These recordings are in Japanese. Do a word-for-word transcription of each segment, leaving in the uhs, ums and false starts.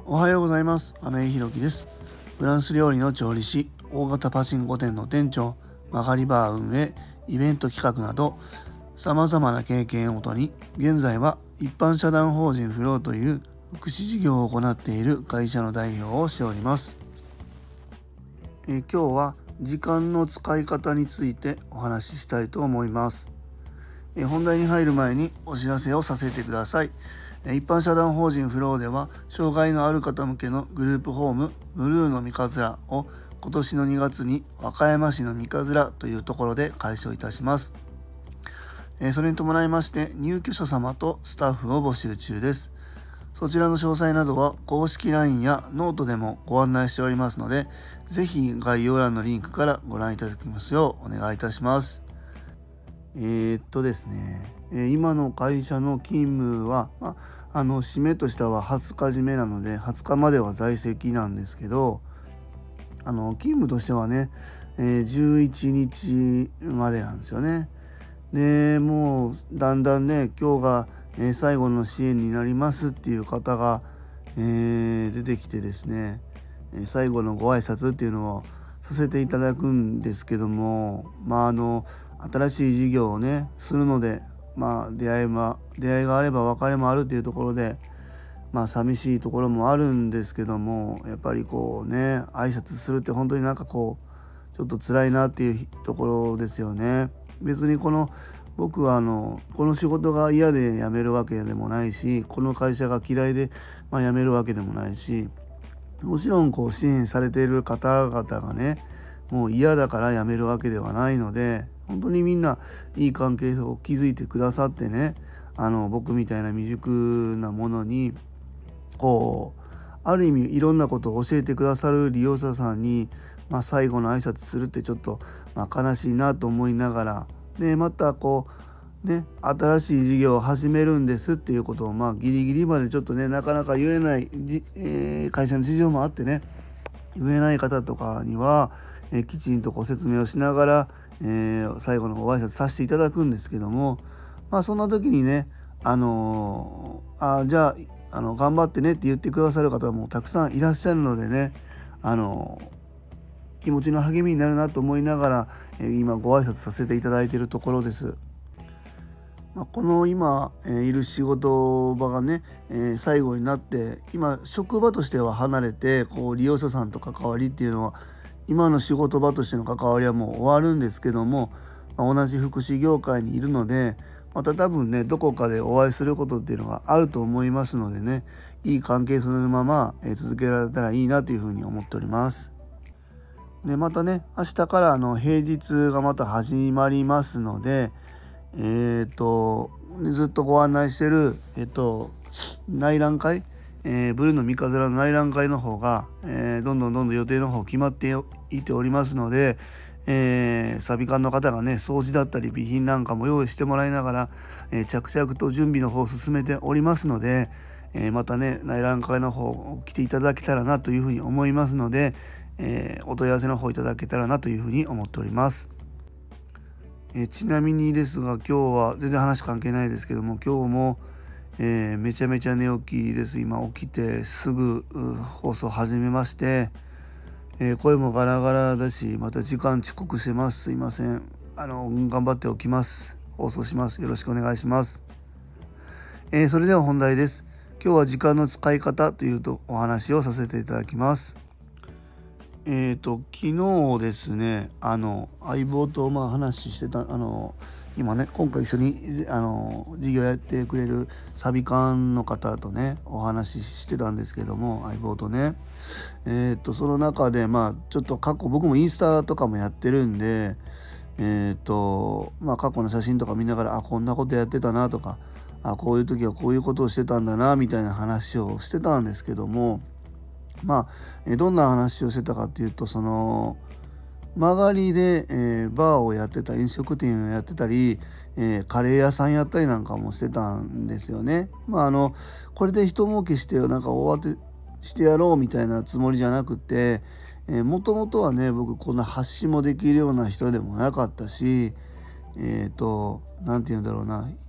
おはようございます。亀井ひろきです。フランス料理の調理師、大型パチンコ店の店長、曲がりバー運営、イベント企画など様々な経験をもとに、現在は一般社団法人フローという福祉事業を行っている会社の代表をしております。え今日は時間の使い方についてお話ししたいと思います。え本題に入る前にお知らせをさせてください。一般社団法人フローでは、障害のある方向けのグループホームブルーの三日面を今年のにがつに和歌山市の三日面というところで開所いたします。それに伴いまして入居者様とスタッフを募集中です。そちらの詳細などは公式 ライン やノートでもご案内しておりますので、ぜひ概要欄のリンクからご覧いただきますようお願いいたします。えー、っとですね今の会社の勤務は、まあ、あの締めとしてははつか締めなのではつかまでは在籍なんですけど、あの勤務としてはね、えー、じゅういちにちまでなんですよね。でもうだんだんね今日が、えー、最後の支援になりますっていう方が、えー、出てきてですね、えー、最後のご挨拶っていうのをさせていただくんですけども、まああの新しい事業をねするので、まあ出会いま出会いがあれば別れもあるっていうところで、まあ寂しいところもあるんですけども、やっぱりこうね挨拶するって本当になんかこうちょっと辛いなっていうところですよね。別にこの僕はあのこの仕事が嫌で辞めるわけでもないし、この会社が嫌いで、まあ、辞めるわけでもないし、もちろんこう支援されている方々がねもう嫌だから辞めるわけではないので、本当にみんないい関係を築いてくださってね、あの僕みたいな未熟なものにこうある意味いろんなことを教えてくださる利用者さんに、まあ、最後の挨拶するってちょっと、まあ、悲しいなと思いながら、でまたこうね新しい事業を始めるんですっていうことを、まあギリギリまでちょっとねなかなか言えないじ、えー、会社の事情もあってね言えない方とかには、えー、きちんとご説明をしながら、えー、最後のご挨拶させていただくんですけども、まあそんな時にねあのー、あじゃああの頑張ってねって言ってくださる方もたくさんいらっしゃるのでね、あの気持ちの励みになるなと思いながら、えー、今ご挨拶させていただいているところです。まあ、この今、えー、いる仕事場がね、えー、最後になって今職場としては離れてこう利用者さんと関わりっていうのは今の仕事場としての関わりはもう終わるんですけども、まあ、同じ福祉業界にいるのでまた多分ねどこかでお会いすることっていうのがあると思いますのでね、いい関係そのまま、えー、続けられたらいいなというふうに思っております。でまたね明日からあの平日がまた始まりますので、えっ、ー、とずっとご案内してる、えっ、ー、と内覧会、えー、ブルーの三日面の内覧会の方が、えー、どんどんどんどん予定の方決まっていておりますので、えー、サビ館の方がね掃除だったり備品なんかも用意してもらいながら、えー、着々と準備の方を進めておりますので、えー、またね内覧会の方来ていただけたらなというふうに思いますので、えー、お問い合わせの方いただけたらなというふうに思っております。えー、ちなみにですが今日は全然話関係ないですけども、今日も、えー、めちゃめちゃ寝起きです。今起きてすぐ放送始めまして、えー、声もガラガラだしまた時間遅刻してます。すいません。あの頑張っておきます。放送します。よろしくお願いします。えー、それでは本題です。今日は時間の使い方というとお話をさせていただきます。えーと昨日ですねあの相棒とまあ話してたあの今ね今回一緒にあの事業やってくれるサビ館の方とねお話ししてたんですけども、相棒とねえーとその中でまあちょっと過去僕もインスタとかもやってるんで、えーとまあ過去の写真とか見ながらあこんなことやってたなとか、あこういう時はこういうことをしてたんだなみたいな話をしてたんですけども、まあどんな話をしてたかっていうと、その曲がりで、えー、バーをやってた飲食店をやってたり、えー、カレー屋さんやったりなんかもしてたんですよね。まああのこれで一儲けしてなんか終わってしてやろうみたいなつもりじゃなくて、もともとはね僕こんな発信もできるような人でもなかったし、えっ、ー、となんて言うんだろうな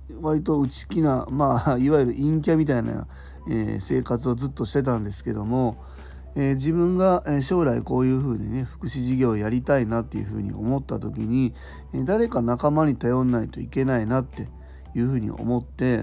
割と内気な、まあいわゆる陰キャみたいな、えー生活をずっとしてたんですけども、えー自分がえー将来こういうふうにね福祉事業をやりたいなっていうふうに思った時に、えー誰か仲間に頼んないといけないなっていうふうに思って、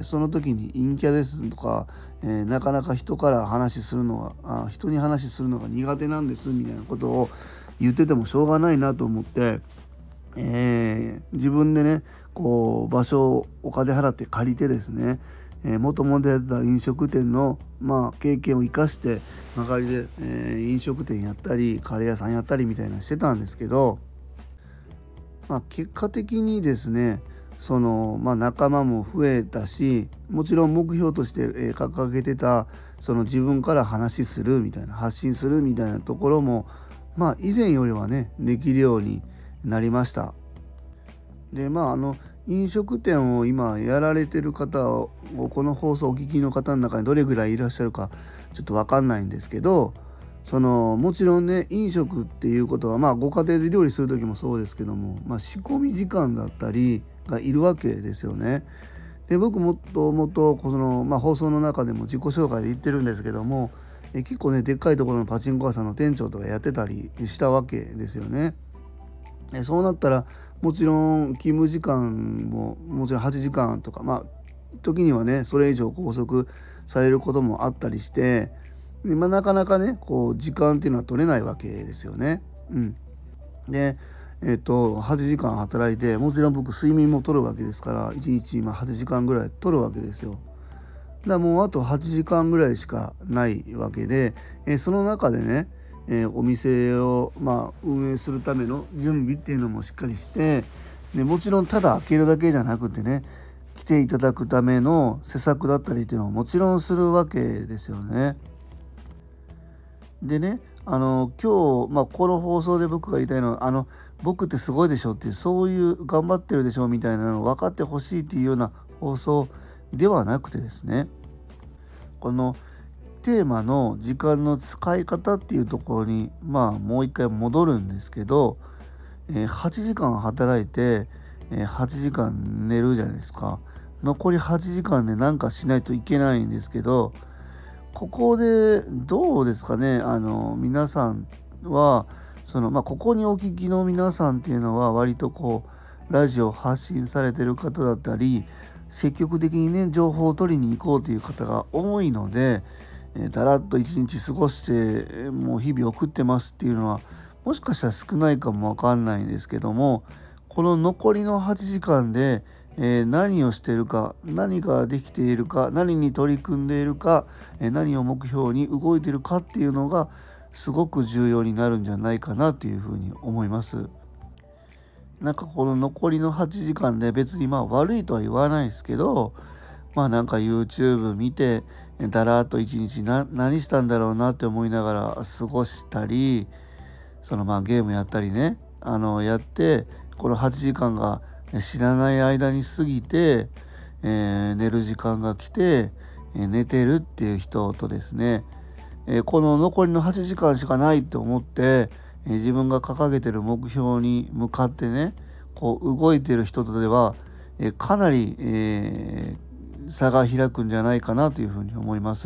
その時に陰キャですとか、えーなかなか人から話するのがあ人に話するのが苦手なんですみたいなことを言っててもしょうがないなと思って、えー自分でねこう場所をお金払って借りてですね、もともとやってた飲食店の、まあ、経験を生かして曲がりで、えー飲食店やったりカレー屋さんやったりみたいなしてたんですけど、まあ、結果的にですねその、まあ、仲間も増えたし、もちろん目標として、えー掲げてたその自分から話するみたいな発信するみたいなところも、まあ、以前よりはねできるようになりました。でまああの飲食店を今やられてる方をこの放送をお聞きの方の中にどれぐらいいらっしゃるかちょっと分かんないんですけど、そのもちろんね飲食っていうことはまあご家庭で料理する時もそうですけども、まあ、仕込み時間だったりがいるわけですよね。で僕もともとこの、まあ、放送の中でも自己紹介で言ってるんですけども、え結構ねでっかいところのパチンコ屋さんの店長とかやってたりしたわけですよね。えそうなったらもちろん勤務時間ももちろんはちじかんとか、まあ時にはねそれ以上拘束されることもあったりして、で、まあ、なかなかねこう時間っていうのは取れないわけですよね。うん、でえっとはちじかん働いて、もちろん僕睡眠も取るわけですからいちにちまあはちじかんぐらい取るわけですよ。だからもうあとはちじかんぐらいしかないわけで、えその中でねえーお店を、まあ、運営するための準備っていうのもしっかりして、でもちろんただ開けるだけじゃなくてね来ていただくための施策だったりっていうのももちろんするわけですよね。でねあの今日、まあ、この放送で僕が言いたいのはあの僕ってすごいでしょっていう、そういう頑張ってるでしょみたいなのを分かってほしいっていうような放送ではなくてですね、このテーマの時間の使い方っていうところにまあもう一回戻るんですけど、えーはちじかん働いて、えーはちじかん寝るじゃないですか。残りはちじかんで何かしないといけないんですけど、ここでどうですかね、あの皆さんはその、まあ、ここにお聞きの皆さんっていうのは割とこうラジオ発信されてる方だったり積極的にね情報を取りに行こうという方が多いので、えーだらっと一日過ごして、えーもう日々送ってますっていうのはもしかしたら少ないかもわかんないんですけども、この残りのはちじかんで、えー何をしているか、何ができているか、何に取り組んでいるか、えー何を目標に動いているかっていうのがすごく重要になるんじゃないかなというふうに思います。なんかこの残りのはちじかんで別にまあ悪いとは言わないですけど、まあなんか YouTube 見てだらっと一日な何したんだろうなって思いながら過ごしたり、そのまあゲームやったりねあのやってこのはちじかんが知らない間に過ぎて、えー寝る時間が来て、えー寝てるっていう人とですね、えーこの残りのはちじかんしかないと思って、えー自分が掲げてる目標に向かってねこう動いてる人とでは、えーかなり、えー差が開くんじゃないかなというふうに思います。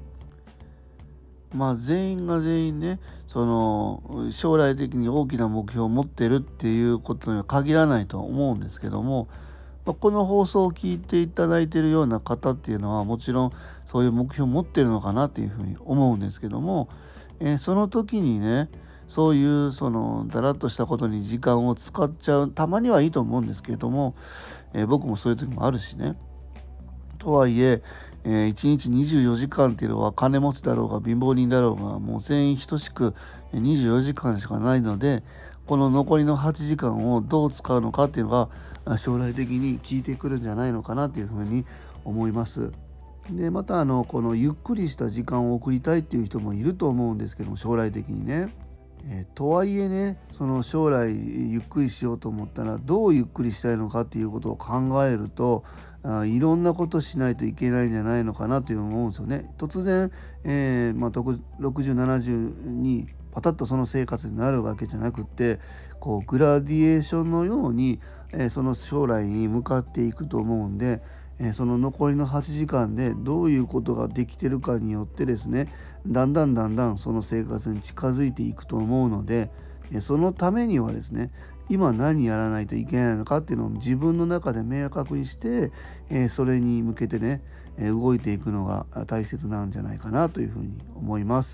まあ全員が全員ねその将来的に大きな目標を持ってるっていうことには限らないとは思うんですけども、まあこの放送を聞いていただいているような方っていうのはもちろんそういう目標を持ってるのかなというふうに思うんですけども、えーその時にねそういうそのだらっとしたことに時間を使っちゃうたまにはいいと思うんですけれども、えー僕もそういう時もあるしね。とはいええー、いちにちにじゅうよじかんっていうのは金持ちだろうが貧乏人だろうがもう全員等しくにじゅうよじかんしかないので、この残りのはちじかんをどう使うのかっていうのが将来的に効いてくるんじゃないのかなというふうに思います。でまたあのこのゆっくりした時間を送りたいっていう人もいると思うんですけども、将来的にね、えーとはいえねその将来ゆっくりしようと思ったらどうゆっくりしたいのかっていうことを考えると、あいろんなことしないといけないんじゃないのかなという思うんですよね。突然、えーまあ、ろくじゅう、ななじゅうにパタッとその生活になるわけじゃなくって、こうグラディエーションのように、えー、その将来に向かっていくと思うんで、えー、その残りのはちじかんでどういうことができてるかによってですね、だんだんだんだんその生活に近づいていくと思うので、えー、そのためにはですね、今何やらないといけないのかっていうのを自分の中で明確にして、えー、それに向けてね、えー、動いていくのが大切なんじゃないかなというふうに思います。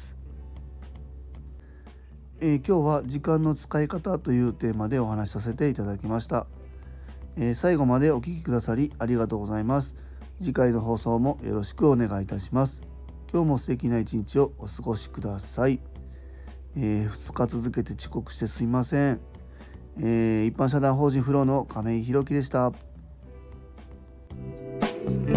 えー、今日は時間の使い方というテーマでお話しさせていただきました。えー、最後までお聞きくださりありがとうございます。次回の放送もよろしくお願いいたします。今日も素敵な一日をお過ごしください。えー、ふつか続けて遅刻してすいません。えー、一般社団法人フローの亀井宏樹でした。